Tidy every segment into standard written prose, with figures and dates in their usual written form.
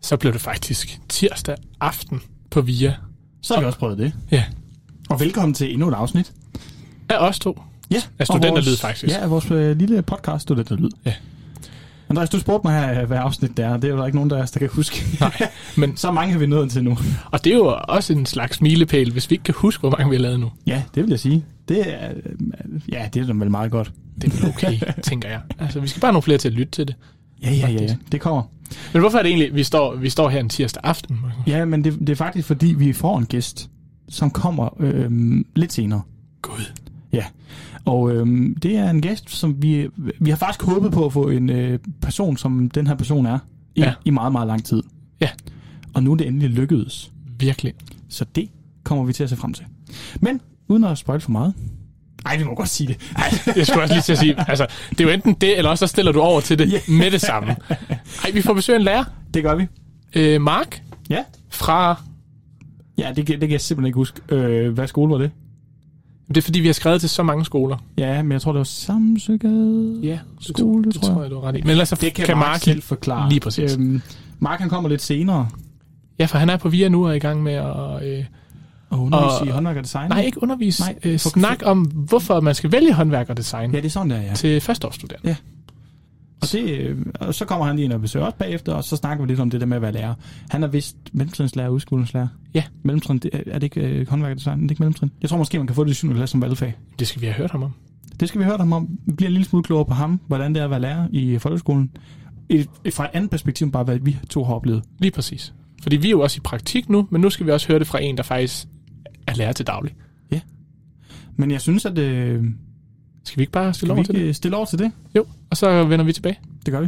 så blev det faktisk tirsdag aften på VIA. Så har vi også prøvet det. Ja. Og velkommen til endnu et afsnit. Af os to. Ja. Af Studenterlyd, faktisk. Ja, af vores lille podcast Studenterlyd. Ja. Andreas, du spurgte mig her, hvad afsnit det er. Det er jo der ikke nogen, der kan huske. Nej, men så mange har vi nået til nu. Og det er jo også en slags milepæl, hvis vi ikke kan huske, hvor mange vi har lavet nu. Ja, det vil jeg sige. Det er vel meget godt. Det er vel okay, tænker jeg. Altså, vi skal bare have nogle flere til at lytte til det. Ja. Det kommer. Men hvorfor er det egentlig, vi står her en tirsdag aften? Ja, men det er faktisk, fordi vi får en gæst, som kommer lidt senere. Gud. Ja, og det er en gæst, som vi har faktisk håbet på at få en person, som den her person er, i meget, meget lang tid. Ja. Og nu er det endelig lykkedes. Virkelig. Så det kommer vi til at se frem til. Men uden at spoil for meget. Ej, vi må godt sige det. Ej, jeg skulle også lige til at sige, altså, det er jo enten det, eller også så stiller du over til det med det samme. Ej, vi får besøg af en lærer. Det gør vi. Mark? Ja. Fra? Ja, det kan jeg simpelthen ikke huske. Hvad skole var det? Det er fordi, vi har skrevet til så mange skoler. Ja, men jeg tror, det var Samsøgade skole, det tror jeg, du er ret i. Men ellers det kan Mark selv forklare. Lige præcis. Mark, han kommer lidt senere. Ja, for han er på VIA nu og er i gang med at... Og undervise i håndværk og design? Nej, ikke undervise. Snak om, hvorfor man skal vælge håndværk og design. Ja, det er sådan der, ja. Til førsteårsstuderende. Ja. Og så kommer han lige ind og besøger os bagefter, og så snakker vi lidt om det der med at være lærer. Han er vist mellemtrinslærer og udskolingslærer. Ja. Mellemtrin, er det ikke håndværk og design? Det er ikke mellemtrin. Jeg tror måske, man kan få det i 7. klasse som valgfag. Det skal vi have hørt ham om. Det skal vi høre ham om. Vi bliver en lille smule klogere på ham, hvordan det er at være lærer i folkeskolen. Fra et andet perspektiv, bare hvad vi to har oplevet. Lige præcis. Fordi vi er jo også i praktik nu, men nu skal vi også høre det fra en, der faktisk er lærer til daglig. Ja. Men jeg synes, at... Skal vi ikke bare stille over til det? Stille over til det? Jo, og så vender vi tilbage. Det gør vi.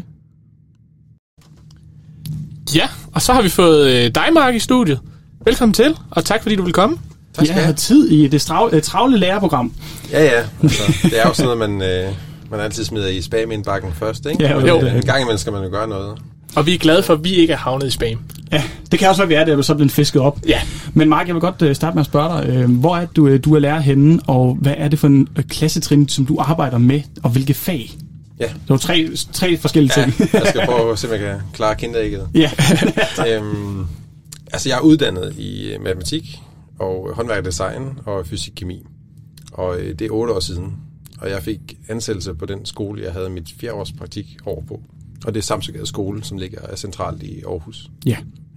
Ja, og så har vi fået dig, Mark, i studiet. Velkommen til, og tak fordi du vil komme. Tak skal jeg have tid i det travle lærerprogram. Ja. Altså, det er jo sådan noget, man altid smider i spam-indbakken først, ikke? Ja, jo. En gang imellem skal man jo gøre noget. Og vi er glade for, at vi ikke er havnet i spam. Ja, det kan også være, at vi er det, så blevet fisket op. Ja. Men Mark, jeg vil godt starte med at spørge dig, hvor er du er lærer henne, og hvad er det for en klassetrin, som du arbejder med, og hvilke fag? Ja. Det var tre forskellige ting. Jeg skal prøve at se, om jeg kan klare kinderægget. Ja. Altså, jeg er uddannet i matematik, og håndværk og design, og fysik-kemi. Og det er 8 år siden, og jeg fik ansættelse på den skole, jeg havde mit 4-års praktik over på. Og det er Samsøgade skole, som ligger centralt i Aarhus. Ja.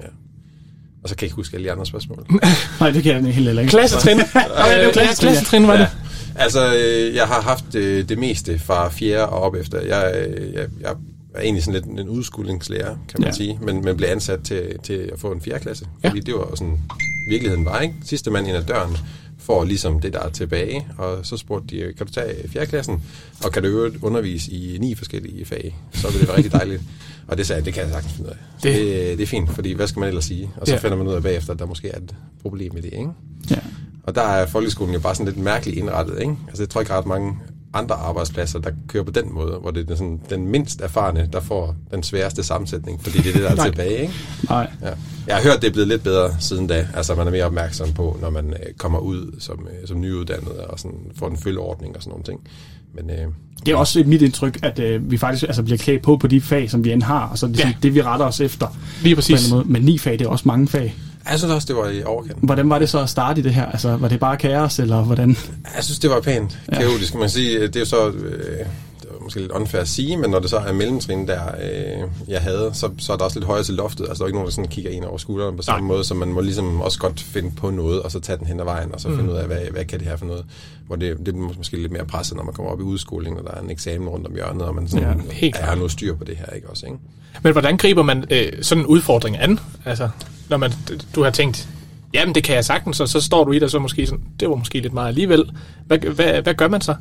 Og så kan jeg ikke huske alle de andre spørgsmål. Nej, det kan jeg heller ikke. Klassetrin. Klassetrin var det. Altså, jeg har haft det meste fra 4. og op efter. Jeg er egentlig sådan lidt en udskolingslærer, kan man sige, men blev ansat til at få en 4. klasse. Fordi det var sådan, virkeligheden var, ikke? Sidste mand ind ad døren får ligesom det, der er tilbage, og så spurgte de, kan du tage 4. klassen, og kan du øvrigt undervise i 9 forskellige fag, så vil det være rigtig dejligt. Og det sagde jeg, det kan jeg sagtens finde ud af. Det er fint, fordi hvad skal man ellers sige? Og så finder man ud af bagefter, at der måske er et problem med det, ikke? Ja. Og der er folkeskolen jo bare sådan lidt mærkeligt indrettet, ikke? Altså, jeg tror ikke ret mange andre arbejdspladser, der kører på den måde, hvor det er sådan, den mindst erfarne, der får den sværeste sammensætning, fordi det er det, der er tilbage, ikke? Nej. Ja. Jeg har hørt, det er blevet lidt bedre siden da. Altså, man er mere opmærksom på, når man kommer ud som nyuddannet og sådan, får en følgeordning og sådan nogle ting. Men, det er også mit indtryk, at vi faktisk bliver klædt på de fag, som vi end har, og så det, det vi retter os efter. Lige præcis. Men 9 fag, det er også mange fag. Jeg synes også, det var i overkanten. Hvordan var det så at starte i det her? Altså, var det bare kaos, eller hvordan? Jeg synes, det var pænt kaotisk, kan man sige. Det er jo så... det var måske lidt unfair at sige, men når det så er mellemtrin, der jeg havde, så er der også lidt højere til loftet. Altså, der er ikke nogen, der sådan kigger ind over skulderen på samme måde, så man må ligesom også godt finde på noget, og så tage den hen ad vejen, og så finde ud af, hvad kan det her for noget. Hvor det er måske lidt mere presset, når man kommer op i udskolingen, og der er en eksamen rundt om hjørnet, og man sådan, har noget styr på det her, ikke også, ikke? Men hvordan griber man sådan en udfordring an? Altså, når du har tænkt, jamen det kan jeg sagtens, og så står du i det, så måske sådan, det var måske lidt meget alligevel. Hvad gør man så?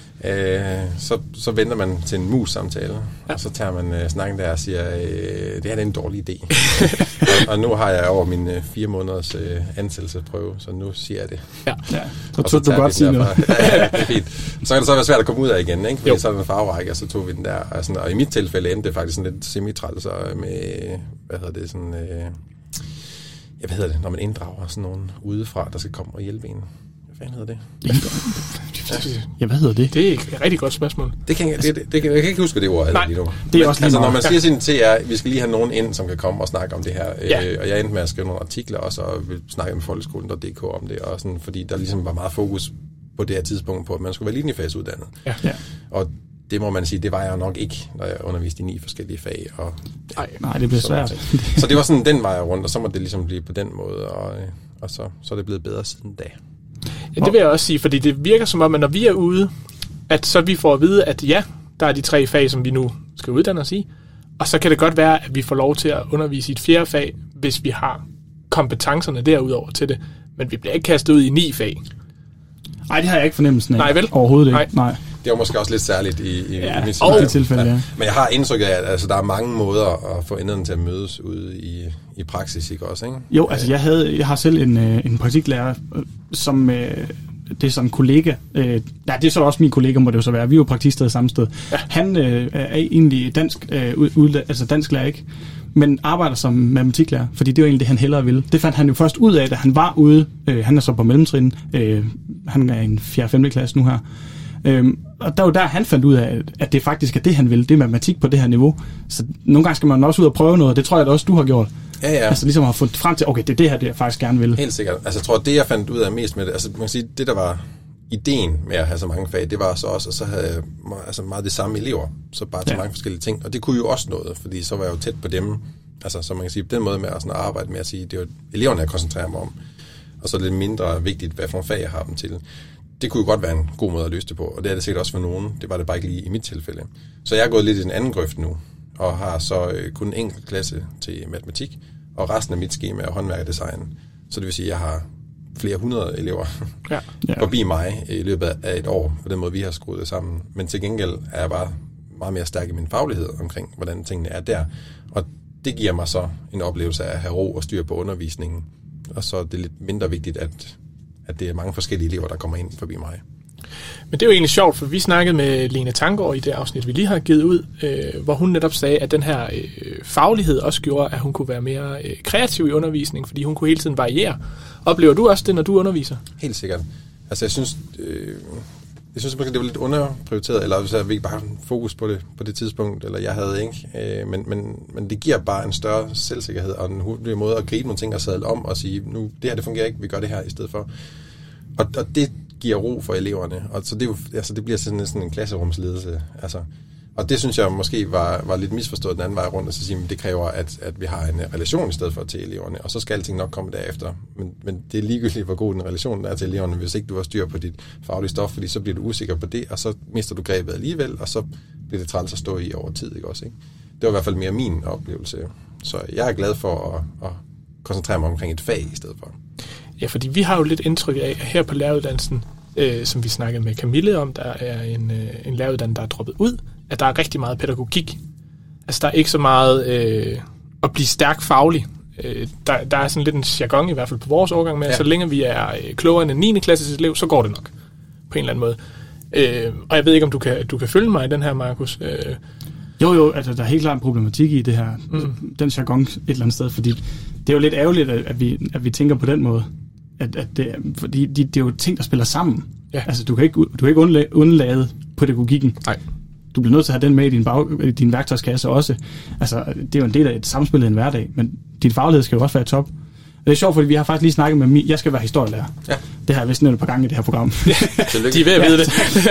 Så venter man til en mus-samtale, og så tager man snakken der og siger, det her er en dårlig idé. og nu har jeg over min 4 måneders ansættelsesprøve, så nu siger jeg det. Ja. Så tog du godt sige noget. Ja, det er fint. Så kan det så være svært at komme ud af igen, ikke? Fordi så er der en farverække, og så tog vi den der. Og i mit tilfælde endte det faktisk sådan lidt semitræt, så med, når man inddrager sådan nogen udefra, der skal komme og hjælpe en. Hvad fanden hedder det? Ja, hvad hedder det? Det er et rigtig godt spørgsmål. Jeg kan ikke huske, hvad det ord er lige nu. Det er også lige når man siger sin TR, vi skal lige have nogen ind, som kan komme og snakke om det her. Og jeg endte med at skrive nogle artikler også, og vil snakke med folkeskolen.dk om det, og sådan, fordi der ligesom var meget fokus på det her tidspunkt på, at man skulle være linjefagsuddannet. Ja. Og det må man sige, det var jeg nok ikke, når jeg underviste i 9 forskellige fag. Og Nej, det bliver svært. Så det var sådan den vej rundt, og så må det ligesom blive på den måde, og så er det blevet bedre siden da. Ja, det vil jeg også sige, fordi det virker som om, at når vi er ude, at så vi får at vide, at ja, der er de 3 fag, som vi nu skal uddanne os i, og så kan det godt være, at vi får lov til at undervise i et 4. fag, hvis vi har kompetencerne derudover til det, men vi bliver ikke kastet ud i 9 fag. Nej, det har jeg ikke fornemmelsen af. Nej, vel? Overhovedet ikke. Nej. Det var måske også lidt særligt i mit tilfælde, ja. Men jeg har indtryk af, at altså, der er mange måder at få enderne til at mødes ude i praksis, ikke også, ikke? Jo, altså jeg har selv en praktiklærer, som det er sådan en kollega. Det er så også min kollega, må det jo så være. Vi er jo praktiksteder samme sted. Ja. Han er egentlig dansk lærer, ikke? Men arbejder som matematiklærer, fordi det var egentlig det, han hellere ville. Det fandt han jo først ud af, da han var ude. Han er så på mellemtrin. Han er i en 4. og 5. klasse nu her. Og der var der, han fandt ud af, at det faktisk er det, han vil. Det er matematik på det her niveau. Så nogle gange skal man også ud og prøve noget. Det tror jeg da også, du har gjort. Ja. Altså ligesom har fundet frem til, okay, det er det her, det jeg faktisk gerne vil. Helt sikkert. Altså jeg tror, det jeg fandt ud af mest med det, altså man kan sige, det der var ideen med at have så mange fag, det var så også, at så havde jeg altså meget de samme elever, så bare til mange forskellige ting. Og det kunne jo også noget, fordi så var jeg jo tæt på dem. Altså så man kan sige, på den måde med at sådan arbejde med at sige, det er jo eleverne, jeg koncentrerer mig om. Og så er det lidt mindre vigtigt, hvad for nogle fag jeg har dem til. Det kunne jo godt være en god måde at løse det på, og det er det sikkert også for nogen. Det var det bare ikke lige i mit tilfælde. Så jeg er gået lidt i den anden grøft nu, og har så kun en enkelt klasse til matematik, og resten af mit skema er håndværk og design. Så det vil sige, at jeg har flere 100 elever forbi mig i løbet af et år, på den måde, vi har skruet det sammen. Men til gengæld er jeg bare meget mere stærk i min faglighed omkring, hvordan tingene er der. Og det giver mig så en oplevelse af at have ro og styr på undervisningen. Og så er det lidt mindre vigtigt, at det er mange forskellige elever, der kommer ind forbi mig. Men det er jo egentlig sjovt, for vi snakkede med Lene Tanggaard i det afsnit, vi lige har givet ud, hvor hun netop sagde, at den her faglighed også gjorde, at hun kunne være mere kreativ i undervisningen, fordi hun kunne hele tiden variere. Oplever du også det, når du underviser? Helt sikkert. Altså jeg synes måske, det var lidt underprioriteret, eller så havde vi ikke bare fokus på det tidspunkt, eller jeg havde ikke. Men det giver bare en større selvsikkerhed, og en hurtig måde at gribe nogle ting og sadle om, og sige, nu det her det fungerer ikke, vi gør det her i stedet for. Og det giver ro for eleverne, og så det, jo, altså, det bliver sådan en klasserumsledelse. Altså. Og det synes jeg måske var lidt misforstået den anden vej rundt, og så sige, at det kræver, at vi har en relation i stedet for til eleverne, og så skal alting nok komme derefter. Men det er ligegyldigt, hvor god en relation der er til eleverne, hvis ikke du har styr på dit faglige stof, fordi så bliver du usikker på det, og så mister du grebet alligevel, og så bliver det træls at stå i over tid, ikke også? Ikke? Det var i hvert fald mere min oplevelse. Så jeg er glad for at koncentrere mig omkring et fag i stedet for. Ja, fordi vi har jo lidt indtryk af, at her på læreruddannelsen, som vi snakkede med Camille om, der er en læreruddannelse, der er droppet ud, at der er rigtig meget pædagogik. Altså, der er ikke så meget at blive stærk faglig. Der er sådan lidt en jargon, i hvert fald på vores årgang, med, at så længe vi er klogere end en 9. klasses elev, så går det nok, på en eller anden måde. Og jeg ved ikke, om du kan følge mig i den her, Markus. Jo, altså der er helt klart en problematik i det her, den jargon et eller andet sted, fordi det er jo lidt ærgerligt, at vi tænker på den måde, fordi det er jo ting, der spiller sammen. Ja. Altså du kan ikke undlade pædagogikken. Nej. Du bliver nødt til at have den med i din værktøjskasse også. Altså det er jo en del af et samspil i en hverdag, men din faglighed skal jo også være top. Og det er sjovt, fordi vi har faktisk lige snakket med jeg skal være historielærer. Ja. Det har jeg vist nævnt et par gange i det her program. De er ved at vide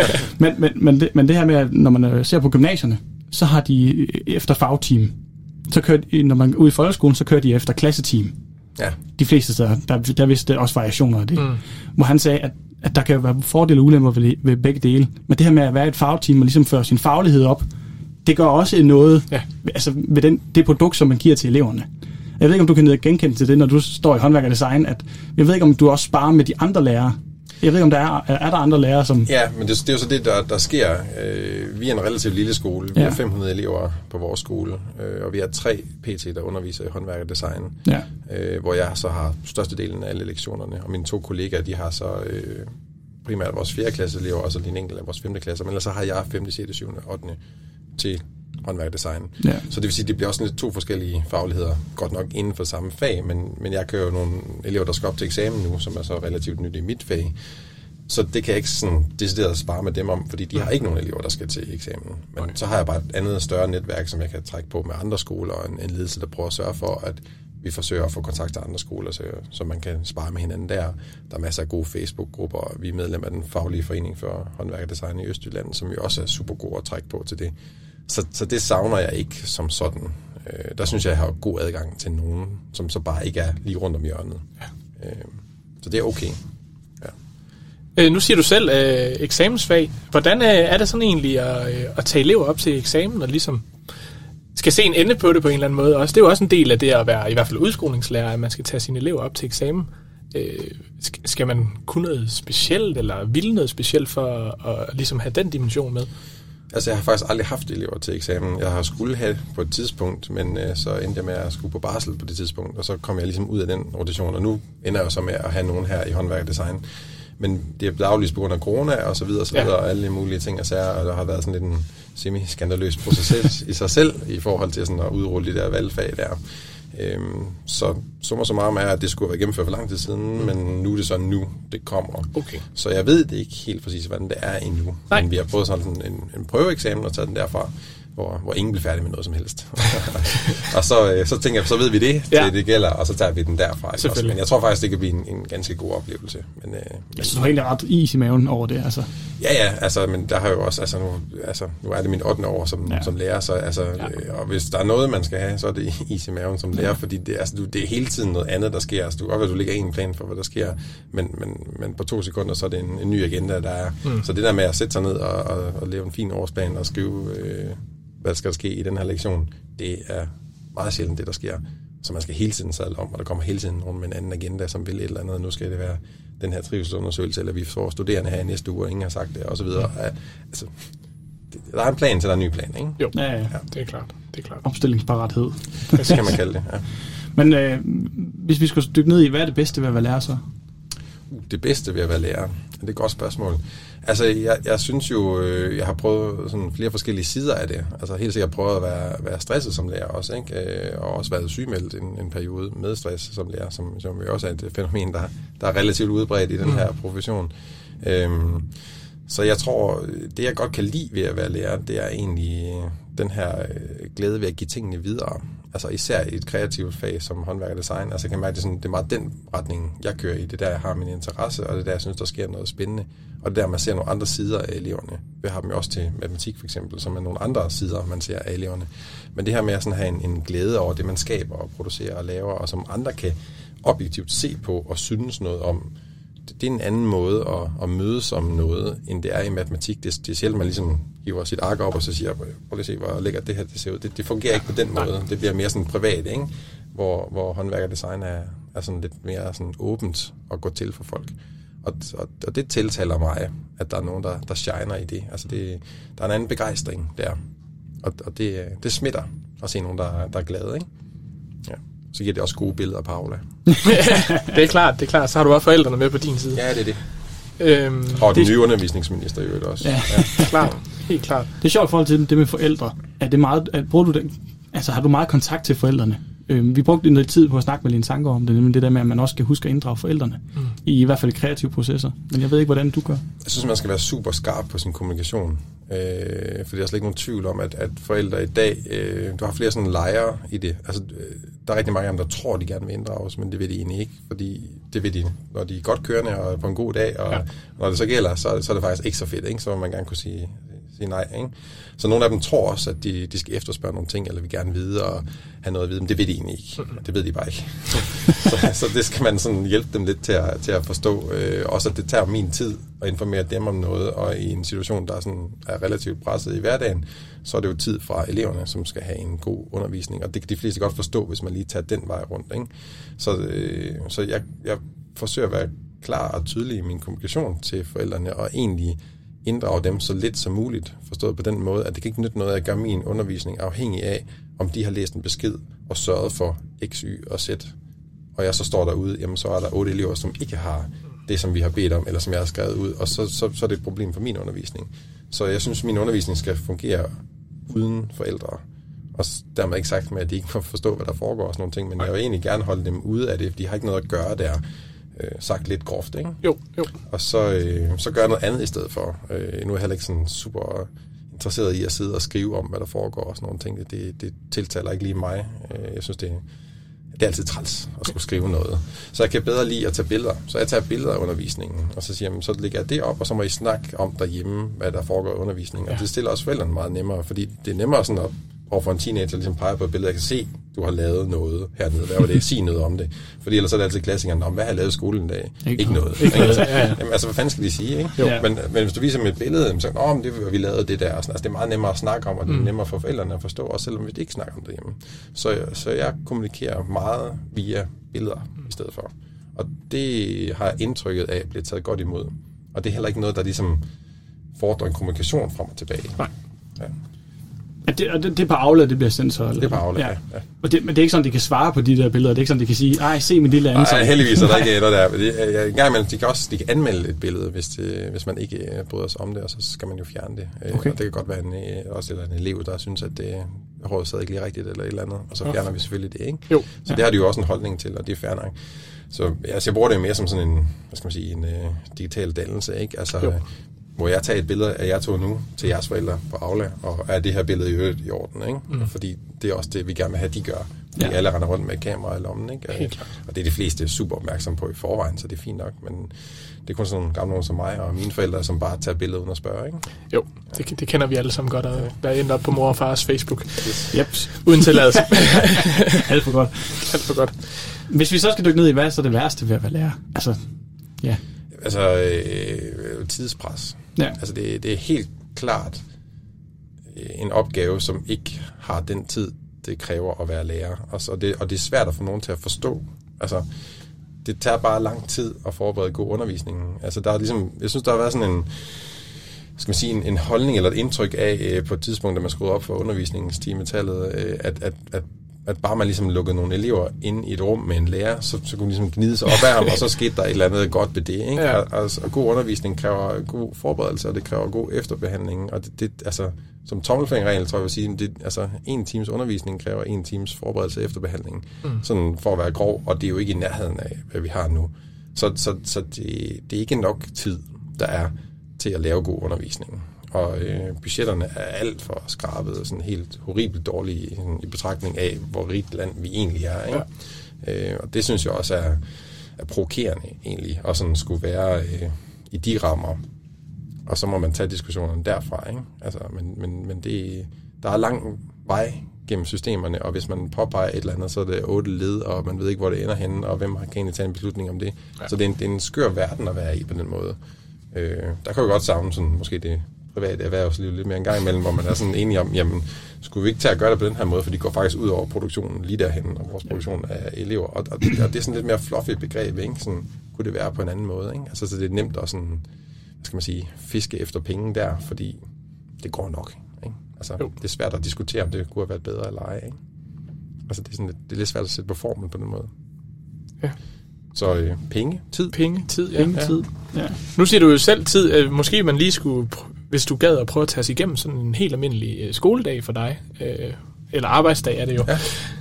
det. men det her med, at når man ser på gymnasierne, så har de efter fagteam. Så kører de, når man er ude i folkeskolen, så kører de efter klasseteam. Ja. De fleste steder, der vidste også variationer af det. Hvor han sagde, at der kan jo være fordele og ulemper ved begge dele. Men det her med at være et fagteam og ligesom føre sin faglighed op, det gør også noget altså ved det produkt, som man giver til eleverne. Jeg ved ikke, om du kan genkende til det, når du står i håndværk og design, at jeg ved ikke, om du også sparer med de andre lærere. Jeg ved ikke, om er der andre lærere, som... Ja, men det er jo så det, der sker. Vi er en relativt lille skole. Vi har 500 elever på vores skole, og vi har 3 PT, der underviser i håndværk og design, hvor jeg så har størstedelen af alle lektionerne, og mine 2 kollegaer, de har så primært vores 4. klasse elever, og så en enkelt af vores 5. klasse, men ellers så har jeg 5., 6., 7., 8. til håndværk og design. Ja. Så det vil sige, at det bliver også sådan 2 forskellige fagligheder, godt nok inden for samme fag, men jeg kører jo nogle elever, der skal op til eksamen nu, som er så relativt nyt i mit fag. Så det kan jeg ikke sådan decideret spare med dem om, fordi de har ikke nogen elever, der skal til eksamen. Men så har jeg bare et andet større netværk, som jeg kan trække på med andre skoler, og en ledelse, der prøver at sørge for, at vi forsøger at få kontakt til andre skoler, så man kan spare med hinanden der. Der er masser af gode Facebook-grupper, og vi er medlem af den faglige forening for håndværk og design i Østjylland, som jo også er super gode at trække på til det. Så det savner jeg ikke som sådan. Der synes jeg har god adgang til nogen, som så bare ikke er lige rundt om hjørnet. Ja. Så det er okay. Ja. Nu siger du selv eksamensfag. Hvordan er det sådan egentlig at tage elever op til eksamen og ligesom skal se en ende på det på en eller anden måde også? Det er jo også en del af det at være i hvert fald udskolingslærer, at man skal tage sine elever op til eksamen. Skal man kunne noget specielt, eller ville noget specielt for at ligesom have den dimension med? Altså, jeg har faktisk aldrig haft elever til eksamen. Jeg har skulle have på et tidspunkt, men så endte jeg med at skulle på barsel på det tidspunkt, og så kom jeg ligesom ud af den rotation, og nu ender jeg så med at have nogen her i håndværk og design. Men det er blevet aflyst på grund af corona og så videre, og alle mulige ting og sager, og der har været sådan lidt en semi-skandaløs proces i sig selv, i forhold til sådan at udrulle de der valgfag der. Så summa summarum er, at det skulle have været gennemført for lang tid siden, men nu er det så nu, det kommer. Okay. Så jeg ved det ikke helt præcis, hvordan det er endnu. Nej. Men vi har prøvet sådan en prøveeksamen og taget den derfra, hvor ingen bliver færdig med noget som helst. Og så tænker jeg, så ved vi det, til det gælder, og så tager vi den derfra. Men jeg tror faktisk, det kan blive en ganske god oplevelse. Men, jeg synes, du har egentlig ret is i maven over det, altså. Ja, altså, men der har jo også, nu er det min 8. år som lærer, så og hvis der er noget, man skal have, så er det is i maven som lærer, fordi det er hele tiden noget andet, der sker. Altså, du kan godt være, du ligger en plan for, hvad der sker, men på 2 sekunder, så er det en ny agenda, der er. Så det der med at sætte sig ned og lave en fin årsplan og skrive, hvad skal der ske i den her lektion, det er meget sjældent det, der sker. Så man skal hele tiden sadle om, og der kommer hele tiden nogen med en anden agenda, som vil et eller andet. Nu skal det være den her trivselsundersøgelse, eller vi får studerende her i næste uge, og ingen har sagt det, og så videre. Altså, der er en plan til, der er en ny plan, ikke? Jo, ja. Det er klart. Opstillingsparathed. Det kan man kalde det, ja. Men hvis vi skulle dykke ned i, hvad er det bedste ved at være lærer så? Det bedste ved at være lærer? Det er et godt spørgsmål. Altså, jeg synes jo, jeg har prøvet sådan flere forskellige sider af det. Altså, helt sikkert prøvet at være stresset som lærer også, ikke? Og også været sygemeldt en periode med stress som lærer, som jo også er et fænomen, der er relativt udbredt i den her profession. Så jeg tror, det jeg godt kan lide ved at være lærer, det er egentlig den her glæde ved at give tingene videre. Altså især i et kreativt fag som håndværk og design. Altså jeg kan mærke, det er meget den retning, jeg kører i. Det er der, jeg har min interesse, og det er der, jeg synes, der sker noget spændende. Og det er der, man ser nogle andre sider af eleverne. Vi har dem jo også til matematik for eksempel, som er nogle andre sider, man ser af eleverne. Men det her med at sådan have en glæde over det, man skaber og producerer og laver, og som andre kan objektivt se på og synes noget om, det er en anden måde at mødes om noget, end det er i matematik. Det er sjældent, man ligesom hiver sit ark op, og så siger, prøv lige at se, hvor lækkert det her det ser ud. Det fungerer ikke på den måde. Det bliver mere sådan privat, ikke? Hvor håndværk og design er sådan lidt mere sådan åbent at gå til for folk. Og det tiltaler mig, at der er nogen, der shiner i det. Altså der er en anden begejstring der. Og det smitter at se nogen, der er glade, ikke? Ja. Så giver det også gode billeder på Aula. Det er klart. Så har du også forældrene med på din side. Ja, det er det. Og den nye undervisningsminister i øvrigt også. Ja. Klart. Helt klart. Det er sjovt i forhold til det med forældre. Er det meget, bruger du det, altså har du meget kontakt til forældrene? Vi brugte noget tid på at snakke med Line Sanker om det, men det der med, at man også skal huske at inddrage forældrene i hvert fald kreative processer. Men jeg ved ikke, hvordan du gør. Jeg synes, man skal være super skarp på sin kommunikation. For der er slet ikke nogen tvivl om, at forældre i dag, du har flere sådan lejre i det. Altså, der er rigtig mange af dem, der tror, de gerne vil inddrages, men det vil de egentlig ikke, fordi det vil de, når de er godt kørende og på en god dag, og når det så gælder, så er det faktisk ikke så fedt, ikke? Så må man gerne kunne sige nej, ikke? Så nogle af dem tror også, at de skal efterspørge nogle ting, eller vil gerne vide og have noget at vide, men det ved de egentlig ikke. Det ved de bare ikke. så det skal man sådan hjælpe dem lidt til at forstå. Også at det tager min tid at informere dem om noget, og i en situation, der er relativt presset i hverdagen, så er det jo tid fra eleverne, som skal have en god undervisning, og det kan de fleste godt forstå, hvis man lige tager den vej rundt, ikke? Så jeg forsøger at være klar og tydelig i min kommunikation til forældrene, og egentlig inddrage dem så lidt som muligt, forstået på den måde, at det kan ikke nytte noget at gøre min undervisning afhængig af, om de har læst en besked og sørget for X, Y og Z, og jeg så står derude, jamen så er der 8 elever, som ikke har det, som vi har bedt om, eller som jeg har skrevet ud, og så er det et problem for min undervisning. Så jeg synes, min undervisning skal fungere uden forældre, og dermed ikke sagt med, at de ikke kan forstå, hvad der foregår og sådan nogle ting, men jeg vil egentlig gerne holde dem ude af det, for de har ikke noget at gøre der. sagt lidt groft, ikke? Jo. Og så gør jeg noget andet i stedet for. Nu er jeg heller ikke sådan super interesseret i at sidde og skrive om, hvad der foregår og sådan nogle ting. Det tiltaler ikke lige mig. Jeg synes, det er altid træls at skulle skrive noget. Så jeg kan bedre lide at tage billeder. Så jeg tager billeder af undervisningen, og så siger jeg, så lægger jeg det op, og så må I snakke om derhjemme, hvad der foregår i undervisningen. Og det stiller også forældrene meget nemmere, fordi det er nemmere sådan at overfor en teenager ligesom peger på et billede, jeg kan se, du har lavet noget hernede. Hvad var det? Sig noget om det. Fordi ellers er det altid klassikeren, hvad har jeg lavet i skolen i dag? Ikke noget. Jamen, altså, hvad fanden skal de sige, ikke? Men hvis du viser dem et billede, så vi lavede det der. Altså, det er meget nemmere at snakke om, og det er nemmere for forældrene at forstå, også selvom vi ikke snakker om det hjemme. Så jeg kommunikerer meget via billeder i stedet for. Og det har indtrykket af at blive taget godt imod. Og det er heller ikke noget, der ligesom fordrer en kommunikation frem og tilbage. Nej. Ja. Det er på Aula, det bliver sendt så? Eller? Det er på Aula, ja. Men det er ikke sådan, de kan svare på de der billeder? Det er ikke sådan, de kan sige, ej, se min lille ansigt? Nej, heldigvis er der ikke noget der. En gang imellem, de kan anmelde et billede, hvis man ikke bryder sig om det, og så skal man jo fjerne det. Okay. Og det kan godt være en elev, der synes, at det håret sad ikke lige rigtigt, eller et eller andet, og så fjerner vi selvfølgelig det, ikke? Jo. Så det har de jo også en holdning til, og det er fair nok. Så jeg bruger det mere som sådan en, en digital dannelse, ikke? Altså, hvor jeg tager et billede af jer to nu til jeres forældre på Aula, og er det her billede i øvrigt i orden, ikke? Fordi det er også det, vi gerne vil have, de gør. De alle render rundt med kamera i lommen, ikke? Og det er de fleste super opmærksom på i forvejen, så det er fint nok, men det er kun sådan nogle gamle nogen som mig og mine forældre, som bare tager billeder uden at spørge, ikke? Jo, det kender vi alle sammen godt, at være endt op på mor og fars Facebook. Uden tilladelse. Alt for godt. Hvis vi så skal dykke ned i, hvad er så det værste ved at være lærer? Tidspres. Ja. Altså det er helt klart en opgave, som ikke har den tid, det kræver at være lærer. Og det er svært at få nogen til at forstå. Altså, det tager bare lang tid at forberede god undervisning. Altså, der er ligesom, jeg synes, der har været sådan en holdning eller et indtryk af på et tidspunkt, da man skruede op for undervisningstimetallet, at bare man ligesom lukkede nogle elever ind i et rum med en lærer, så kunne de ligesom gnide sig op af ham, og så skete der et eller andet godt ved det, ikke? Ja. Altså, god undervisning kræver god forberedelse, og det kræver god efterbehandling, og det altså, som tommelfingerregel, tror jeg vil sige, en times undervisning kræver 1 times forberedelse og efterbehandling, sådan for at være grov, og det er jo ikke i nærheden af, hvad vi har nu. Så det er ikke nok tid, der er til at lave god undervisning. Og budgetterne er alt for skrabet og sådan helt horribelt dårlige i betragtning af, hvor rigt land vi egentlig er, ikke? Ja. Og det synes jeg også er provokerende egentlig, og sådan skulle være i de rammer. Og så må man tage diskussionerne derfra, ikke? Altså, men der er lang vej gennem systemerne, og hvis man påpeger et eller andet, så er det 8 led, og man ved ikke, hvor det ender henne, og hvem kan egentlig tage en beslutning om det. Ja. Så det er en skør verden at være i på den måde. Der kan jo godt savne sådan, måske det private erhvervsliv lidt mere en gang imellem, hvor man er sådan enige om, jamen, skulle vi ikke tage at gøre det på den her måde, for de går faktisk ud over produktionen lige derhen, og vores produktion af elever, og det er sådan lidt mere fluffy begreb, ikke? Sådan, kunne det være på en anden måde, ikke? Altså, så det er nemt at sådan, hvad skal man sige, fiske efter penge der, fordi det går nok, ikke? Altså, det er svært at diskutere, om det kunne have været bedre eller ej, ikke? Altså, det er lidt svært at sætte på formel på den måde. Ja. Så penge, tid. Tid. Ja. Nu siger du jo selv tid. Måske man lige skulle, hvis du gad at prøve at tage sig igennem sådan en helt almindelig skoledag for dig, eller arbejdsdag er det jo.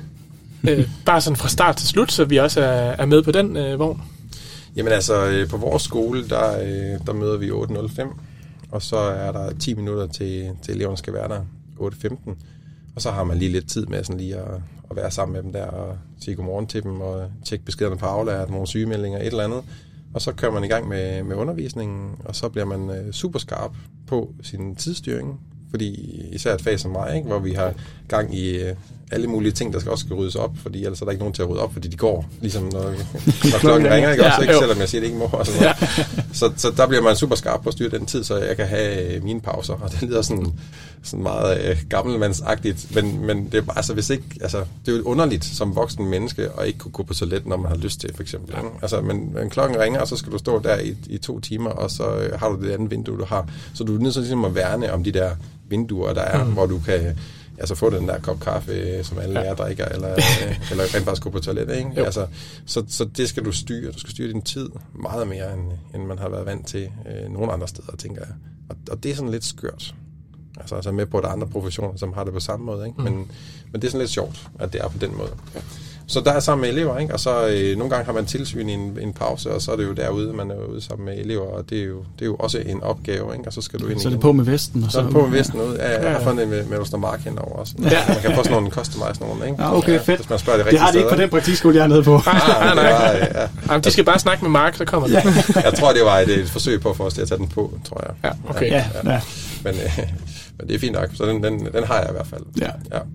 Ja. Bare sådan fra start til slut, så vi også er med på den vogn. Jamen altså, på vores skole, der møder vi 8.05, og så er der 10 minutter til eleverne skal være der 8.15. Og så har man lige lidt tid med sådan lige at være sammen med dem der og sige godmorgen til dem og tjekke beskederne på Aula, er der nogle sygemeldinger, et eller andet. Og så kører man i gang med undervisningen, og så bliver man super skarp på sin tidsstyring. Fordi især et fag som mig, ikke, hvor vi har gang i alle mulige ting, der også skal ryddes op, fordi ellers er der ikke nogen til at rydde op, fordi de går, ligesom når klokken ringer, ikke? Også, ikke? Selvom jeg siger det ikke må. Og sådan noget. Så der bliver man super skarp på at styre den tid, så jeg kan have mine pauser, og det lyder sådan meget gammelmandsagtigt, men det er bare, altså hvis ikke, altså det er jo underligt som voksen menneske, at ikke kunne gå på toilet, når man har lyst til, for eksempel. Ja. Altså, men klokken ringer, og så skal du stå der i 2 timer, og så har du det andet vindue, du har. Så du er nødt til ligesom at værne om de der vinduer, der er, hvor du kan få den der kop kaffe, som alle lærer drikker, eller rent faktisk gå på toilet, ikke? Altså, så det skal du styre. Du skal styre din tid meget mere, end man har været vant til nogle andre steder, tænker jeg. Og det er sådan lidt skørt. Altså med på, at der er andre professioner, som har det på samme måde, ikke? Men det er sådan lidt sjovt, at det er på den måde. Ja. Så der er sammen med elever, ikke? Og så nogle gange har man tilsyn i en pause, og så er det jo derude, man er ude sammen med elever, og det er jo også en opgave, ikke? Og så skal du ind. Så er det på med vesten, og så er det på med vesten ud. Ja, jeg har fundet en med Ostermark henover også. Ja. Man kan få sådan nogle customize nogle, ikke? Ja, okay, fedt. Hvis man spørger det har de ikke på den praktikskole, jeg er nede på. Nej. De skal bare snakke med Mark, så kommer det. Jeg tror, det var et forsøg på for os til at tage den på, tror jeg. Ja, okay. Ja. Men det er fint nok, så den har jeg i hvert fald. Ja.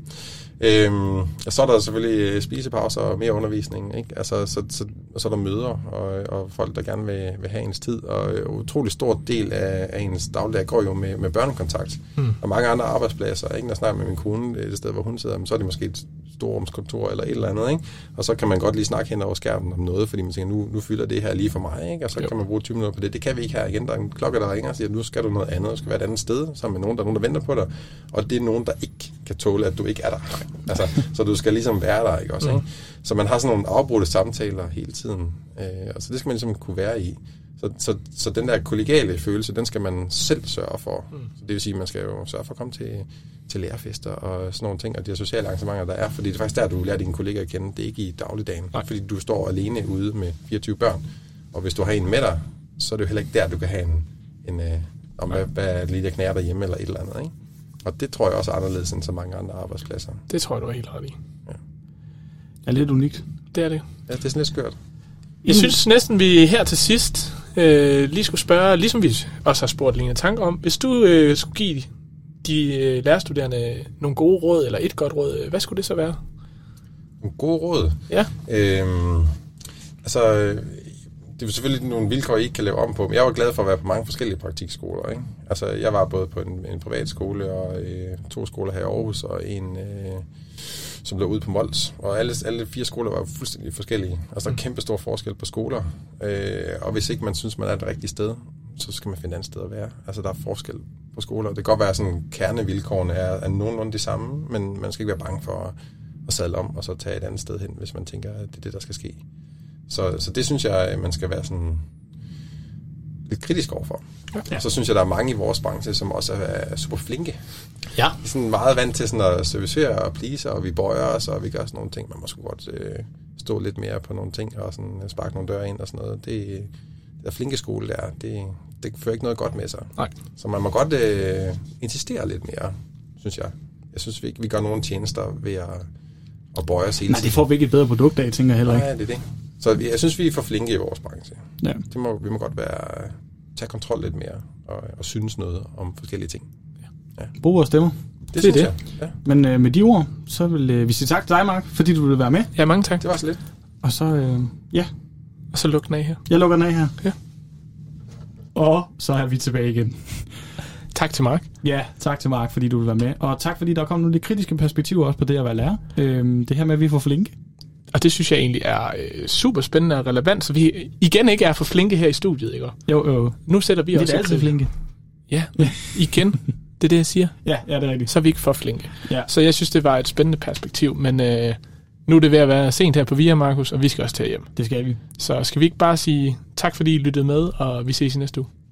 Så er der selvfølgelig spisepauser og mere undervisning, ikke? Altså, så er der møder og folk, der gerne vil have ens tid, og en utrolig stor del af ens dagligdag går jo med børnekontakt. Og mange andre arbejdspladser, ikke? Når jeg snakker med min kone, det sted, hvor hun sidder, så er det måske et storrumskontor eller et eller andet, ikke? Og så kan man godt lige snakke hen over skærmen om noget, fordi man tænker, nu fylder det her lige for mig, ikke? Og så kan man bruge 20 minutter på det. Det kan vi ikke her igen. Der er en klokke, der ringer og siger, nu skal du noget andet, du skal være et andet sted, sammen med nogen, der venter på dig. Og det er nogen, der ikke kan tåle, at du ikke er der. Altså, så du skal ligesom være der, ikke også? Ikke? Så man har sådan nogle afbrudte samtaler hele tiden. Og så det skal man ligesom kunne være i. Så den der kollegiale følelse, den skal man selv sørge for. Så det vil sige, at man skal jo sørge for at komme til lærerfester og sådan nogle ting, og de her sociale arrangementer, der er. Fordi det er faktisk der, du lærer dine kollegaer at kende. Det er ikke i dagligdagen. Nej. Fordi du står alene ude med 24 børn. Og hvis du har en med dig, så er det jo heller ikke der, du kan have hvad er det lige, der knærer derhjemme eller et eller andet, ikke? Og det tror jeg også er anderledes end så mange andre arbejdspladser. Det tror jeg, du er helt ret i. Ja. Er lidt unikt. Det er det. Ja, det er sådan lidt skørt. Jeg synes næsten, vi her til sidst lige skulle spørge, ligesom vi også har spurgt Lene Tanker om, hvis du skulle give de lærerstuderende nogle gode råd, eller et godt råd, hvad skulle det så være? Nogle gode råd? Ja. Det er selvfølgelig nogle vilkår, I ikke kan lave om på, men jeg var glad for at være på mange forskellige praktikskoler, ikke? Altså, jeg var både på en privat skole, og 2 skoler her i Aarhus, og en, som lå ude på Mols. Og alle 4 skoler var fuldstændig forskellige. Altså, der er kæmpe stor forskel på skoler. Og hvis ikke man synes, man er det rigtige sted, så skal man finde et andet sted at være. Altså, der er forskel på skoler. Det kan godt være, at sådan, kernevilkårene er nogenlunde de samme, men man skal ikke være bange for at sadle om, og så tage et andet sted hen, hvis man tænker, at det er det, der skal ske. Så det synes jeg, man skal være sådan lidt kritisk overfor. Ja. Så synes jeg, der er mange i vores branche, som også er super flinke. Ja. De er sådan meget vant til sådan at servicere og please, og vi bøjer os, og vi gør sådan nogle ting. Man må sgu godt stå lidt mere på nogle ting, og sådan sparke nogle døre ind og sådan noget. Det der flinke skole der, det fører ikke noget godt med sig. Nej. Så man må godt insistere lidt mere, synes jeg. Jeg synes, vi gør nogle tjenester ved at bøje os hele tiden. Nej, det får vi ikke et bedre produkt af, tænker jeg heller ikke. Nej, det er det. Så jeg synes, vi er for flinke i vores branche. Ja. Vi må godt tage kontrol lidt mere og synes noget om forskellige ting. Ja. Brug vores stemmer. Det synes jeg. Ja. Men med de ord, så vil vi sige tak til dig, Mark, fordi du ville være med. Ja, mange tak. Det var så lidt. Og så, Og så luk den af her. Jeg lukker den af her. Ja. Og så er vi tilbage igen. Tak til Mark. Ja, tak til Mark, fordi du vil være med. Og tak, fordi der kom nogle lidt kritiske perspektiver også på det at være lærer. Det her med, at vi er for flinke. Og det synes jeg egentlig er super spændende og relevant, så vi igen ikke er for flinke her i studiet, ikke? Jo. Nu sætter vi også... Vi er altid flinke. Ja, igen. Det er det, jeg siger. Ja, det er rigtigt. Så er vi ikke for flinke. Ja. Så jeg synes, det var et spændende perspektiv, men nu er det ved at være sent her på VIA, Markus, og vi skal også til hjem. Det skal vi. Så skal vi ikke bare sige tak, fordi I lyttede med, og vi ses i næste uge.